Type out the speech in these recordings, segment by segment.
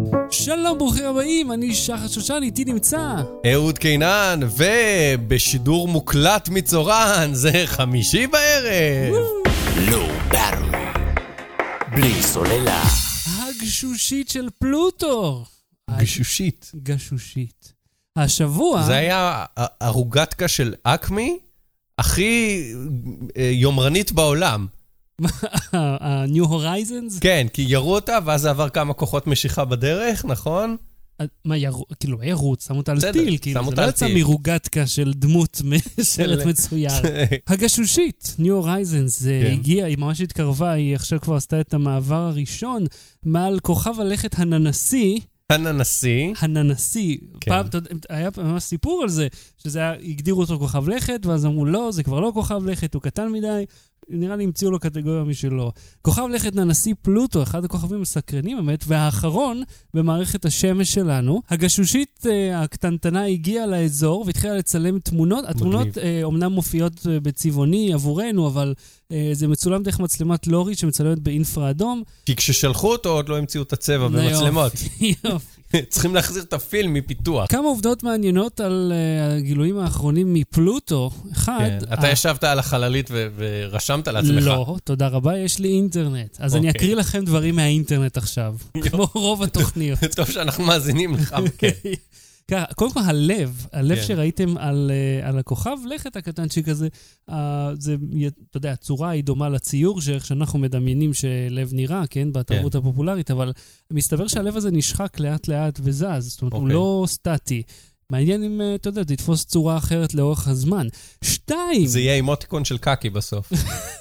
שלום, ברוכים הבאים, אני שחר שושן, איתי נמצא אהוד קינן, ובשידור מוקלט מצורן, זה חמישי בערב. לא ברור, בלי סוללה. הגשושית של פלוטו. גשושית. השבוע... זה היה הרוגטקה של אקמי, הכי יומרנית בעולם. ה-New Horizons? כן, כי ירו אותה, ואז עבר כמה כוחות משיכה בדרך, נכון? מה ירו? כאילו, ירו, שמו אותה על טיל, כאילו, זה לא יצא מרוגטקה של דמות מסרט מצויר. הגשושית, New Horizons, זה הגיע, היא ממש התקרבה, היא עכשיו כבר עשתה את המעבר הראשון, מעל כוכב הלכת הננסי, פעם, היה ממש סיפור על זה, שזה היה, הגדירו אותו כוכב לכת, ואז אמרו, לא, זה כבר לא כוכב לכת, הוא קטן מדי, נראה לי המציאו לו קטגוריה משלו. כוכב לכת ננסי פלוטו, אחד הכוכבים הסקרנים באמת, והאחרון במערכת השמש שלנו. הגשושית הקטנטנה הגיעה לאזור והתחילה לצלם תמונות. התמונות אומנם מופיעות בצבעוני עבורנו, אבל זה מצולם דרך מצלמת לורית שמצלמת באינפרה אדום. כי כששלחו אותו עוד לא המציאו את הצבע במצלמות. צריכים להחזיר את הפילם מפיתוח. כמה עובדות מעניינות על הגילויים האחרונים מפלוטו. אחד... אתה ישבת על החללית ורשמת לעצמך. לא, תודה רבה, יש לי אינטרנט. אז אני אקריא לכם דברים מהאינטרנט עכשיו. כמו רוב התוכניות. טוב שאנחנו מאזינים לך. קודם כל הלב שראיתם על הכוכב לכת הקטנצ'יק הזה, זה, אתה יודע, הצורה היא דומה לציור שאנחנו מדמיינים שלב נראה, כן, בתרבות הפופולרית, אבל מסתבר שהלב הזה נשחק לאט לאט וזז, זאת אומרת, הוא לא סטטי. מעניין אם, אתה יודע, תתפוס צורה אחרת לאורך הזמן. 2. זה יהיה אימוטיקון של קקי בסוף.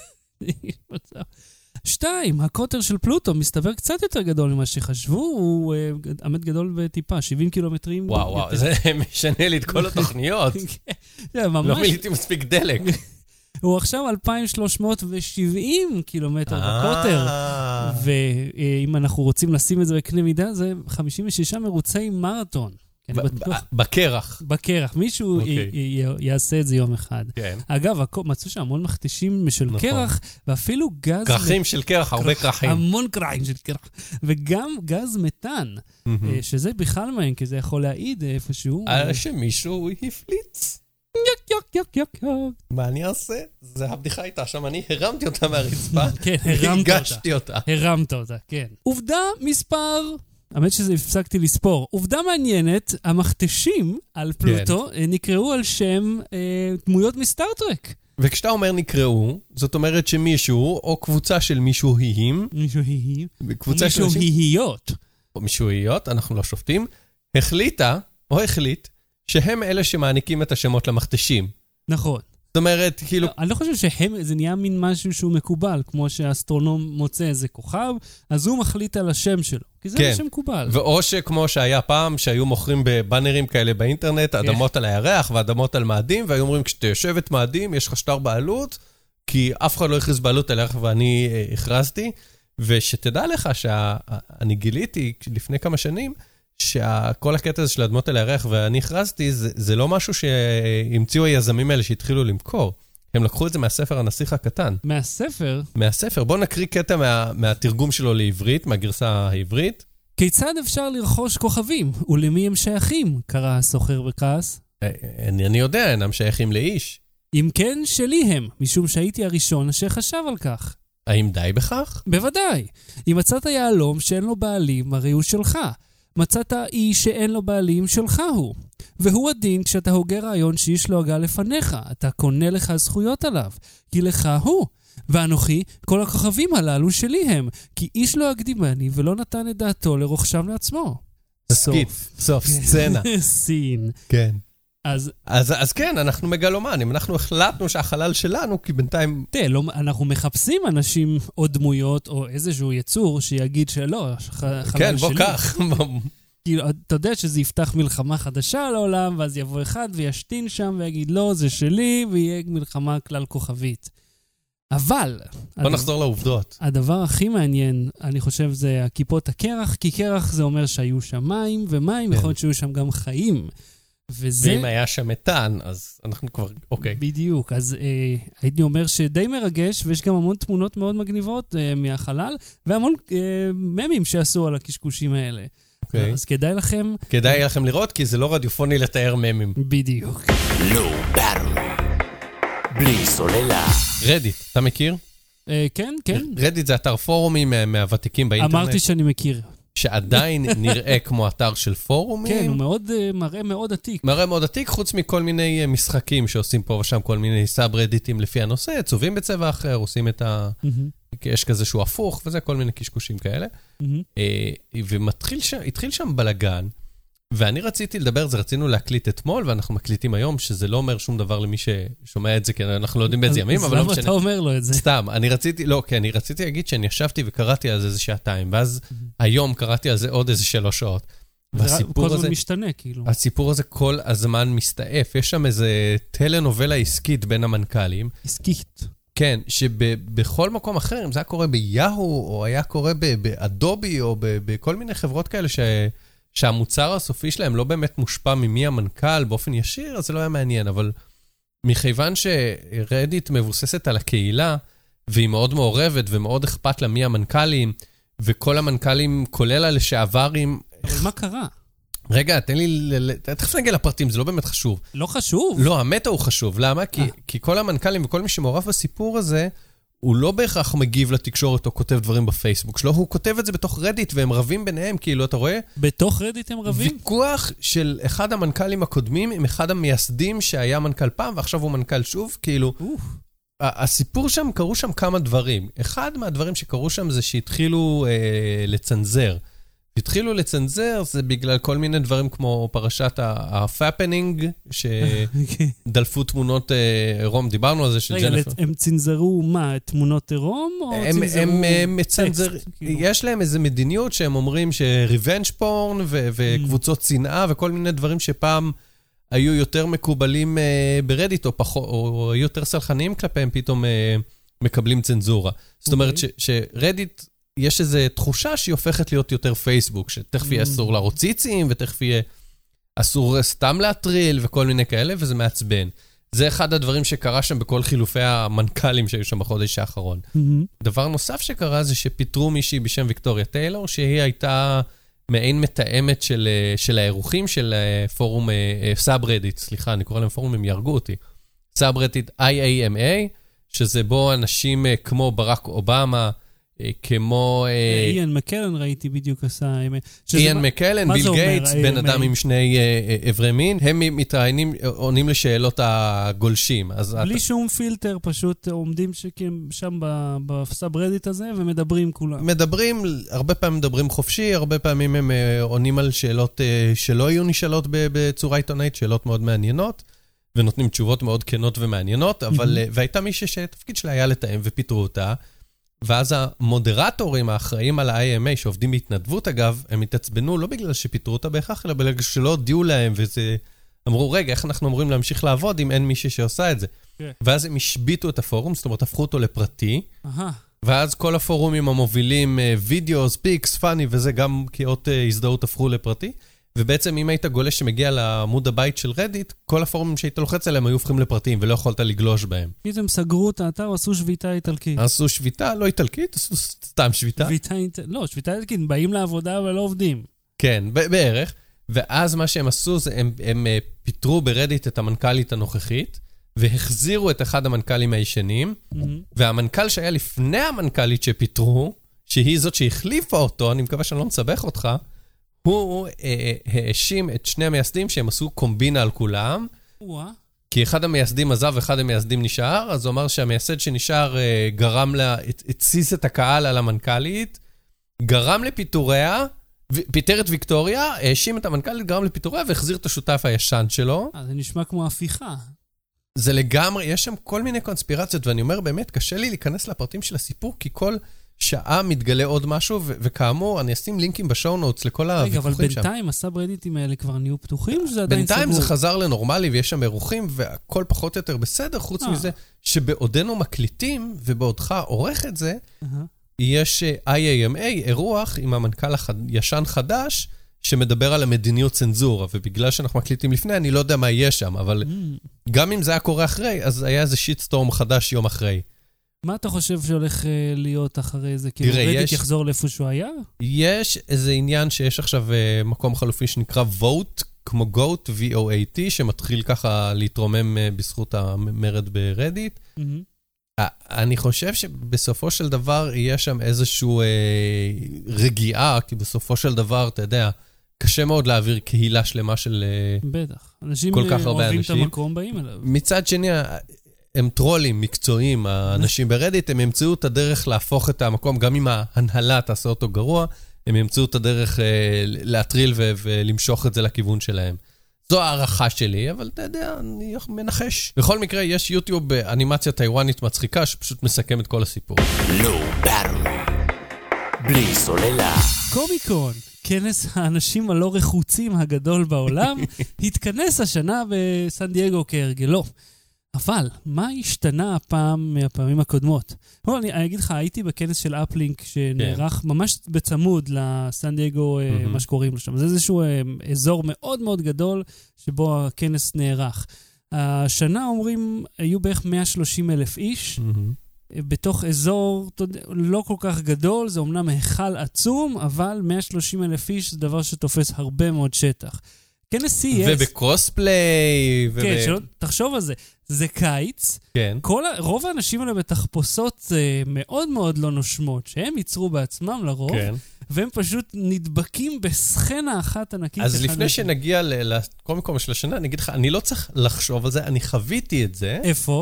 2, הקוטר של פלוטו מסתבר קצת יותר גדול ממה שחשבו, הוא עמד גדול בטיפה, 70 קילומטרים. וואו, זה משנה לי את כל התוכניות. לא מיליתי מספיק דלק. הוא עכשיו 2,370 קילומטר בקוטר, ואם אנחנו רוצים לשים את זה בקנה מידה, זה 56 מרוצי מרתון. בקרח. מישהו יעשה את זה יום אחד. אגב, מצאו שם המון מכתישים של קרח, ואפילו גז... קרחים של קרח, הרבה קרחים. המון קרחים של קרח. וגם גז מתאן, שזה בכלל מעניין, כי זה יכול להעיד איפשהו. שמישהו הפליץ. מה אני אעשה? זה הבדיחה הייתה שם, אני הרמתי אותה מהרצפה. כן, הרמת אותה, כן. עובדה מספר... האמת שזה הפסקתי לספור. עובדה מעניינת, המכתשים על פלוטו נקראו על שם דמויות מסטארטרק. וכשאתה אומר נקראו, זאת אומרת שמישהו, או קבוצה של מישהו-היים, מישהו-היות, אנחנו לא שופטים, החליטה, או החליט, שהם אלה שמעניקים את השמות למכתשים. נכון. זאת אומרת, כאילו... אני לא חושב שזה נהיה מין משהו שהוא מקובל, כמו שהאסטרונום מוצא איזה כוכב, אז הוא מחליט על השם שלו, כי זה השם מקובל. ואו שכמו שהיה פעם, שהיו מוכרים בבאנרים כאלה באינטרנט, אדמות על הירח ואדמות על מאדים, והיו אומרים, כשאתה יושבת מאדים, יש לך שטר בעלות, כי אף אחד לא הכריז בעלות על הירח ואני הכרזתי, ושתדע לך שאני גיליתי לפני כמה שנים, שכל הקטע הזה של אדמות על הירח ואני הכרזתי, זה לא משהו שהמציאו היזמים האלה שהתחילו למכור. הם לקחו את זה מהספר הנסיך הקטן. מהספר? מהספר. בואו נקריא קטע מהתרגום שלו לעברית, מהגרסה העברית. כיצד אפשר לרכוש כוכבים? ולמי הם שייכים? קרא הסוחר בכעס. אני יודע, אינם שייכים לאיש. אם כן, שלי הם, משום שהייתי הראשון אשר חשב על כך. האם די בכך? בוודאי. אם מצאת יעלום שאין לו בעלים, הרי הוא שלך. מצאת איש שאין לו בעלים, שלך הוא. והוא הדין כשאתה הוגה רעיון שאיש לא הגע לפניך. אתה קונה לך זכויות עליו, כי לך הוא. ואנוכי, כל הכוכבים הללו שלי הם, כי איש לא הקדימני ולא נתן את דעתו לרוכשם לעצמו. סוף, סצנה. סין. כן. אז כן, אנחנו מגלומנים, אנחנו החלטנו שהחלל שלנו, כי בינתיים... תראה, אנחנו מחפשים אנשים או דמויות או איזשהו יצור שיגיד שלא, חלל שלי. כן, בוא כך. כאילו, אתה יודע שזה יפתח מלחמה חדשה לעולם, ואז יבוא אחד וישתין שם ויגיד, לא, זה שלי, ויהיה מלחמה כלל כוכבית. אבל... בוא נחזור לעובדות. הדבר הכי מעניין, אני חושב, זה הכיפות הקרח, כי קרח זה אומר שהיו שם מים, ומים יכול להיות שהיו שם גם חיים. ואם היה שם מתאן, אז אנחנו כבר, אוקיי. בדיוק, אז הייתי אומר שדי מרגש, ויש גם המון תמונות מאוד מגניבות מהחלל, והמון ממים שעשו על הקשקושים האלה. אוקיי. אז כדאי לכם... כדאי לכם לראות, כי זה לא רדיופוני לתאר ממים. בדיוק. Low Battery. בלי סוללה. רדיט, אתה מכיר? כן, כן. רדיט זה אתר פורומים מהוותיקים באינטרנט. אמרתי שאני מכיר. שעדיין נראה כמו אתר של פורומים. כן, הוא מראה מאוד עתיק. מראה מאוד עתיק, חוץ מכל מיני משחקים שעושים פה ושם, כל מיני סאב-רדיטים לפי הנושא, צובעים בצבע אחר, עושים את ה... יש כזה שהוא הפוך, וזה כל מיני קשקושים כאלה. והתחיל שם בלגן, ואני רציתי לדבר על זה, רצינו להקליט אתמול, ואנחנו מקליטים היום, שזה לא אומר שום דבר למי ששומע את זה, כי אנחנו לא יודעים באיזה ימים, אבל לא משנה. אז למה אתה אומר לו את זה? סתם, אני רציתי להגיד שאני ישבתי וקראתי על זה איזה שעתיים, ואז היום קראתי על זה עוד איזה 3 שעות. כל הזמן משתנה, כאילו. הסיפור הזה כל הזמן מסתעף. יש שם איזה טלנובלה עסקית בין המנכ"לים. עסקית. כן, שבכל מקום אחר, אם זה היה קורה ביהו, או היה קורה באדובי, או בכל מיני חברות כאלה שהמוצר הסופי שלהם לא באמת מושפע ממי המנכ"ל באופן ישיר, אז זה לא היה מעניין, אבל מכיוון שרדיט מבוססת על הקהילה, והיא מאוד מעורבת ומאוד אכפת לה מי המנכ"לים, וכל המנכ"לים, כולל הלשעברים... אבל מה קרה? רגע, תן לי... תכף נגיע לפרטים, זה לא באמת חשוב. לא חשוב? לא, המטה הוא חשוב. למה? כי כל המנכ"לים וכל מי שמעורב בסיפור הזה, הוא לא בהכרח מגיב לתקשורת או כותב דברים בפייסבוק שלו, הוא כותב את זה בתוך רדיט, והם רבים ביניהם, כאילו, אתה רואה? בתוך רדיט הם רבים? ויכוח של אחד המנכ"לים הקודמים עם אחד המייסדים שהיה מנכ"ל פעם, ועכשיו הוא מנכ"ל שוב, כאילו... הסיפור שם, קרו שם כמה דברים. אחד מהדברים שקרו שם זה שהתחילו לצנזר. התחילו לצנזר, זה בגלל כל מיני דברים כמו פרשת הפאפנינג, שדלפו תמונות עירום, דיברנו על זה של ג'נפר. הם צנזרו מה, תמונות עירום? הם מצנזר, יש להם איזו מדיניות שהם אומרים שריבנג' פורן וקבוצות שנאה וכל מיני דברים שפעם היו יותר מקובלים ברדיט או היו יותר סלחניים כלפיהם, פתאום מקבלים צנזורה. זאת אומרת שרדיט... יש איזו תחושה שהיא הופכת להיות יותר פייסבוק, שתכף יהיה אסור להראות ציצים, ותכף יהיה אסור סתם להטריל, וכל מיני כאלה, וזה מעצבן. זה אחד הדברים שקרה שם בכל חילופי המנכ"לים שהיו שם בחודש האחרון. דבר נוסף שקרה זה שפיטרו מישהי בשם ויקטוריה טיילור, שהיא הייתה מעין מתאמת של האירוחים של פורום סאב-רדיט, סליחה, אני קורא להם פורום, הם ירגו אותי. סאב-רדיט IAMA, שזה בו אנשים כמו ברק אובמה, כמו... איין מקלן ראיתי בדיוק עשה... איין מקלן, ביל גייטס, בן אדם עם 2 אברי מין, הם מתראיינים, עונים לשאלות הגולשים. בלי שום פילטר, פשוט עומדים שם בסאב-רדיט הזה ומדברים כולם. מדברים, הרבה פעמים מדברים חופשי, הרבה פעמים הם עונים על שאלות שלא היו נשאלות בצורה עיתונאית, שאלות מאוד מעניינות, ונותנים תשובות מאוד כנות ומעניינות, אבל והייתה מישהי שהתפקיד שלה היה לתאם ופיטרו אותה, ואז המודרטורים האחראים על ה-IMA, שעובדים בהתנדבות אגב, הם התעצבנו לא בגלל שפיטרו אותה בהכרח, אלא בגלל שלא הודיעו להם, וזה... אמרו, רגע, איך אנחנו אמורים להמשיך לעבוד אם אין מישהו שעושה את זה? ואז הם השביטו את הפורום, זאת אומרת, הפכו אותו לפרטי, ואז כל הפורומים המובילים, וידאוס, פיקס, פאני, וזה גם כאות הזדהות הפכו לפרטי, ובעצם אם היית גולש שמגיע לעמוד הבית של רדיט, כל הפורומים שהיית לוחץ עליהם היו הופכים לפרטיים, ולא יכולת לגלוש בהם. פתאום סגרו את האתר, עשו שביתה איטלקית. עשו שביתה, לא איטלקית, עשו סתם שביתה. לא, שביתה איטלקית, באים לעבודה אבל לא עובדים. כן, בערך. ואז מה שהם עשו זה, הם פיטרו ברדיט את המנכ"לית הנוכחית, והחזירו את אחד המנכ"לים הישנים, והמנכ"ל שהיה לפני המנכ"לית שפיטרו, שהיא זאת שהחליפה אותו, אני מקווה שאני לא מצבח אותך, הוא האשים את 2 המייסדים שהם עשו קומבינה על כולם, כי אחד המייסדים עזב ואחד המייסדים נשאר, אז הוא אמר שהמייסד שנשאר גרם לה, התסיס את הקהל על המנכ"לית, גרם לפיטוריה, פיטר את ויקטוריה, האשים את המנכ"לית, גרם לפיטוריה והחזיר את השותף הישן שלו. זה נשמע כמו הפיכה. זה לגמרי, יש שם כל מיני קונספירציות, ואני אומר באמת, קשה לי להיכנס לפרטים של הסיפור, כי כל... שעה מתגלה עוד משהו, וכאמור, אני אשים לינקים בשואו נוטס לכל הוויכוחים שם. רגע, אבל בינתיים הסאב-רדיטים האלה כבר נהיו פתוחים, שזה עדיין סגור? בינתיים זה חזר לנורמלי, ויש שם אירוחים, והכל פחות או יותר בסדר, חוץ מזה, שבעודנו מקליטים, ובעודך עורך את זה, יש IAMA, אירוח עם המנכ"ל הישן חדש, שמדבר על המדיניות צנזורה, ובגלל שאנחנו מקליטים לפני, אני לא יודע מה יהיה שם, אבל גם אם זה היה קורה אחרי, אז היה איזה שיטסטורם חדש יום אחרי. מה אתה חושב שהולך להיות אחרי זה? כאילו תראה, רדיט יחזור לאיפה שהוא היה? יש איזה עניין שיש עכשיו מקום חלופי שנקרא vote, כמו GOAT, V-O-A-T, שמתחיל ככה להתרומם בזכות המרד ברדיט. אני חושב שבסופו של דבר יהיה שם איזשהו רגיעה, כי בסופו של דבר, אתה יודע, קשה מאוד להעביר קהילה שלמה של בטח. אנשים כל כך הרבה אוהבים אנשים. את המקום, באים אליו. מצד שני, הם טרולים מקצועיים, האנשים ברדיט, הם ימצאו את הדרך להפוך את המקום, גם אם ההנהלה תעשה אותו גרוע, הם ימצאו את הדרך להטריל ולמשוך את זה לכיוון שלהם. זו הערכה שלי, אבל אתה יודע, אני מנחש. בכל מקרה, יש יוטיוב באנימציה טיוואנית מצחיקה, שפשוט מסכם את כל הסיפור. Low Battery. בלי סוללה. קומיקון, כנס האנשים הלא רחוצים הגדול בעולם, התכנס השנה בסן דייגו כהרגלו. אבל, מה השתנה הפעם מהפעמים הקודמות? אני אגיד לך, הייתי בכנס של אפלינק שנערך ממש בצמוד לסן דייגו, מה שקוראים לו שם. זה איזשהו אזור מאוד מאוד גדול שבו הכנס נערך. השנה אומרים, היו בערך 130,000 איש, בתוך אזור לא כל כך גדול, זה אומנם היכל עצום, אבל 130,000 איש זה דבר שתופס הרבה מאוד שטח. כנס CES... ובקרוספליי... כן, שלא, תחשוב על זה. זה קיץ. כן. רוב האנשים האלה בתחפושות מאוד מאוד לא נושמות, שהם ייצרו בעצמם לרוב, כן. והם פשוט נדבקים בסצנה אחת ענקית. אז לפני שנגיע לקומיקום של השנה, אני אגיד לך, אני לא צריך לחשוב על זה, אני חוויתי את זה. איפה?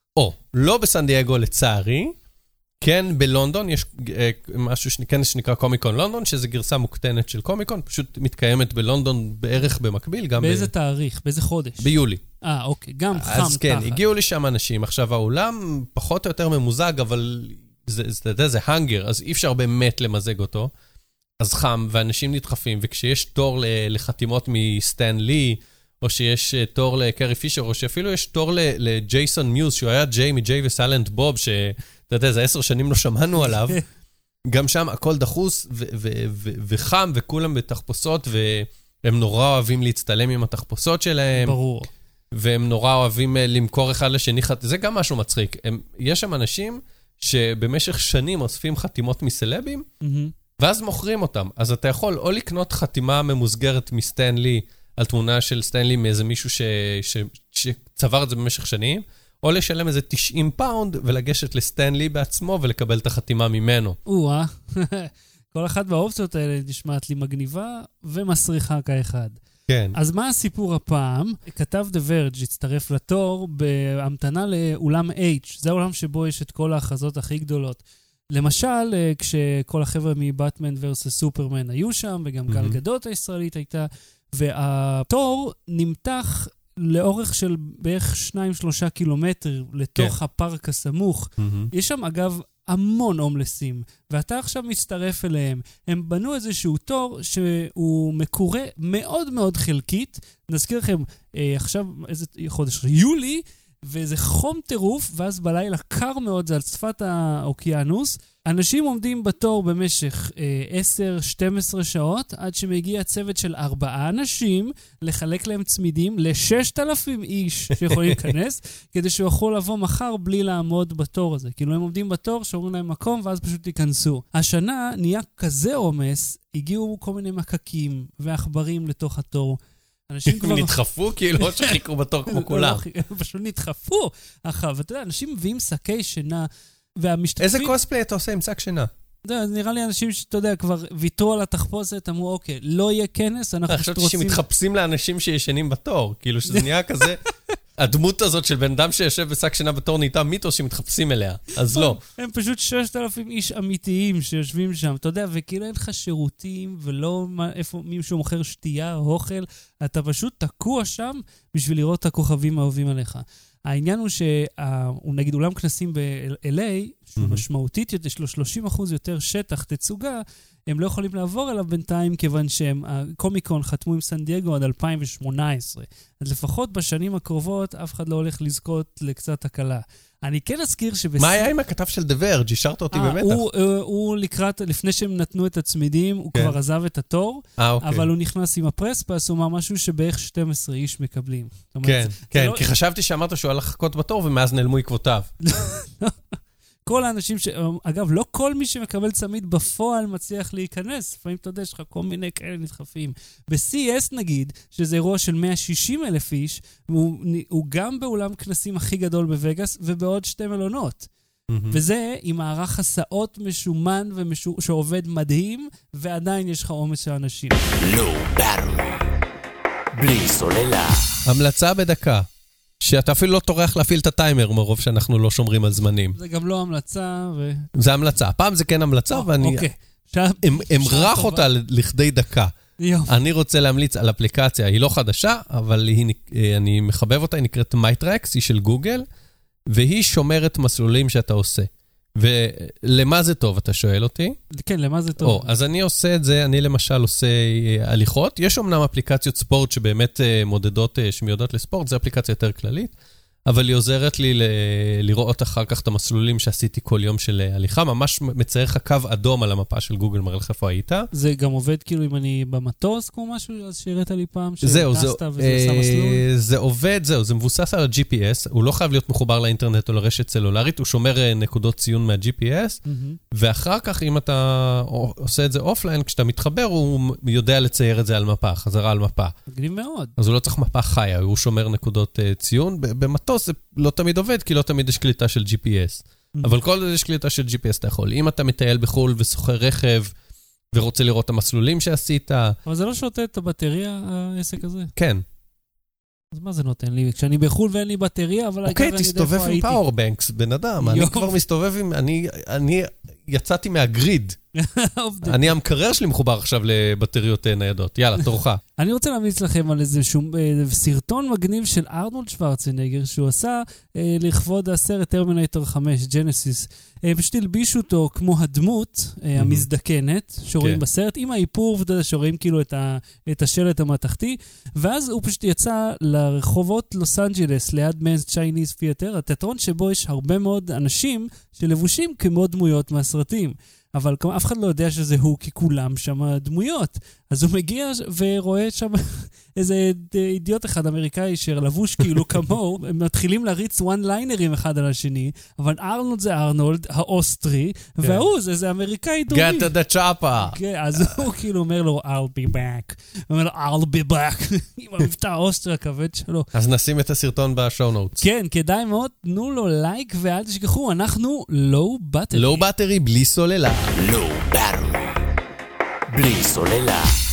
לא בסן דייגו לצערי, כן בלונדון, יש משהו שנקרא קומיקון לונדון, שזה גרסה מוקטנת של קומיקון, פשוט מתקיימת בלונדון בערך במקביל. באיזה תאריך? באיזה חודש? ביולי. אוקיי, גם חם אז כן, הגיעו לי שם אנשים. עכשיו, העולם פחות או יותר ממוזג, אבל זה הנגר, אז אי אפשר באמת למזג אותו. אז חם, ואנשים נדחפים, וכשיש תור לחתימות מסטן לי, או שיש תור לקרי פישר, או שאפילו יש תור לג'ייסון מיוז, שהוא היה ג'יי מג'יי וסיילנט בוב, שאתה יודע, זה 10 שנים לא שמענו עליו. גם שם הכל דחוס וחם, וכולם בתחפושות, והם נורא אוהבים להצטלם עם התחפושות שלהם. ברור. והם נורא אוהבים למכור אחד לשני. זה גם משהו מצחיק. יש שם אנשים שבמשך שנים אוספים חתימות מסלבים, ואז מוכרים אותם. אז אתה יכול או לקנות חתימה ממוסגרת מסטן לי, על תמונה של סטן לי מאיזה מישהו שצבר את זה במשך שנים, או לשלם איזה 90 פאונד ולגשת לסטן לי בעצמו ולקבל את החתימה ממנו. כל אחת מהאופציות האלה נשמעת לי מגניבה ומסריחה כאחד. כן. אז מה הסיפור הפעם? כתב The Verge הצטרף לתור בהמתנה לאולם H. זה העולם שבו יש את כל ההכרזות הכי גדולות. למשל, כשכל החבר'ה מבטמן ורסס סופרמן היו שם, וגם גל גדות הישראלית הייתה, והתור נמתח לאורך של בערך 2-3 קילומטר לתוך הפארק הסמוך. יש שם אגב המון הומלסים, ואתה עכשיו מצטרף אליהם. הם בנו איזשהו תור שהוא מקורה מאוד מאוד חלקית. נזכיר לכם, עכשיו איזה חודש, יולי, וזה חום טירוף, ואז בלילה קר מאוד, זה על שפת האוקיינוס. אנשים עומדים בתור במשך 10-12 שעות, עד שמגיע צוות של 4 אנשים, לחלק להם צמידים ל6,000 איש שיכולים להיכנס, כדי שיוכלו לבוא מחר בלי לעמוד בתור הזה. כאילו הם עומדים בתור, שאומרים להם מקום, ואז פשוט ייכנסו. השנה נהיה כזה עומס, הגיעו כל מיני מקקים ועכברים לתוך התור. אנשים כבר... נדחפו כאילו שחיכו בתור כמו כולם. פשוט נדחפו. ואתה יודע, אנשים מביאים שקי שינה, והמשתתפים... איזה קוספליי אתה עושה עם שק שינה? נראה לי אנשים שאתה יודע, כבר ויתרו על התחפושת, אמרו, אוקיי, לא יהיה כנס, אנחנו פשוט רוצים... חשבתי שמתחפשים לאנשים שישנים בתור, כאילו שזה נהיה כזה... הדמות הזאת של בן אדם שיושב בשק שינה בתור נהייתה מיתוס שמתחפשים אליה, אז לא. הם פשוט 6,000 איש אמיתיים שיושבים שם, אתה יודע, וכאילו אין לך שירותים, ולא איפה מישהו מוכר שתייה או אוכל, אתה פשוט תקוע שם בשביל לראות את הכוכבים האהובים עליך. העניין הוא נגיד אולם כנסים ב-LA, שהוא משמעותית, יש לו 30% יותר שטח תצוגה, הם לא יכולים לעבור אליו בינתיים, כיוון שהם, הקומיקון חתמו עם סן דייגו עד 2018. אז לפחות בשנים הקרובות, אף אחד לא הולך לזכות לקצת הקלה. אני כן אזכיר מה היה עם הכתב של The Verge? השארת אותי במתח. הוא לקראת, לפני שהם נתנו את הצמידים, הוא כבר עזב את התור, אבל הוא נכנס עם הפרספס, הוא אמר משהו שבערך 12 איש מקבלים. כן, כן, כי חשבתי שאמרת שהוא הלך לחכות בתור, ומאז נעלמו עקבותיו. כל האנשים אגב, לא כל מי שמקבל צמיד בפועל מצליח להיכנס. לפעמים אתה יודע, יש לך כל מיני כאלה נדחפים. ב-CES נגיד, שזה אירוע של 160,000 איש, הוא גם באולם כנסים הכי גדול בווגאס, ובעוד 2 מלונות. וזה עם מערך הסעות משומן שעובד מדהים, ועדיין יש לך עומס של אנשים. Low Battery. בלי סוללה. המלצה בדקה. שאתה אפילו לא תורח להפעיל את הטיימר מרוב שאנחנו לא שומרים על זמנים. זה גם לא המלצה זה המלצה. פעם זה כן המלצה, ואני אמרח אותה לכדי דקה. אני רוצה להמליץ על אפליקציה, היא לא חדשה, אבל אני מחבב אותה, היא נקראת MyTracks, היא של גוגל, והיא שומרת מסלולים שאתה עושה. ולמה זה טוב, אתה שואל אותי? כן, למה זה טוב? אז אני עושה את זה, אני למשל עושה הליכות. יש אומנם אפליקציות ספורט שבאמת מודדות, שמיודות לספורט, זו אפליקציה יותר כללית, אבל היא עוזרת לי לראות אחר כך את המסלולים שעשיתי כל יום של הליכה, ממש מצייר לך קו אדום על המפה של גוגל, מראה לך איפה היית. זה גם עובד כאילו אם אני במטוס כמו משהו, אז שהראית לי פעם, זהו, וזה עושה מסלול? זה עובד, זה מבוסס על ה-GPS, הוא לא חייב להיות מחובר לאינטרנט או לרשת סלולרית, הוא שומר נקודות ציון מה-GPS, ואחר כך אם אתה עושה את זה אופליין, כשאתה מתחבר, הוא יודע לצייר את זה על מפה, חזרה על מפה. מגניב מאוד. אז הוא לא צריך מפה חיה, הוא שומר נקודות ציון. במטוס זה לא תמיד עובד, כי לא תמיד יש קליטה של GPS. אבל כל זה יש קליטה של GPS אתה יכול. אם אתה מטייל בחול וסוחר רכב, ורוצה לראות את המסלולים שעשית... אבל זה לא שותה את הבטריה, העסק הזה? כן. אז מה זה נותן לי? כשאני בחול ואין לי בטריה, אבל... אוקיי, תסתובב עם פאורבנקס, בן אדם. אני כבר מסתובב עם... אני יצאתי מהגריד. אני המקרר שלי מחובר עכשיו לבטריות ניידות. יאללה, תורך. אני רוצה להמליץ לכם על איזשהו סרטון מגניב של ארנולד שוורצנגר, שהוא עשה לכבוד הסרט טרמינטור 5, ג'נסיס. פשוט הלבישו אותו כמו הדמות המזדקנת, שרואים בסרט, עם האיפור, שרואים כאילו את השלט המתחתי, ואז הוא פשוט יצא לרחובות לוס אנג'לס, ליד מנס צ'ייניז תיאטר, התיאטרון שבו יש הרבה מאוד אנשים שלבושים כמו דמויות מהסרטים. אבל אף אחד לא יודע שזה הוא, כי כולם שם דמויות. אז הוא מגיע ורואה שם איזה אידיוט אחד אמריקאי שלבוש כאילו כמוהו, הם מתחילים להריץ one-lineרים אחד על השני, אבל ארנולד זה ארנולד, האוסטרי, והוא זה איזה אמריקאי דומי. Get to the chopper. כן, אז הוא כאילו אומר לו, I'll be back. הוא אומר לו, I'll be back. עם המבטא האוסטרי הכבד שלו. אז נשים את הסרטון בשואו נוטס. כן, כדאי מאוד, תנו לו לייק, ואל תשכחו, אנחנו low battery. low battery בלי סוללה. Low Battery. בלי סוללה.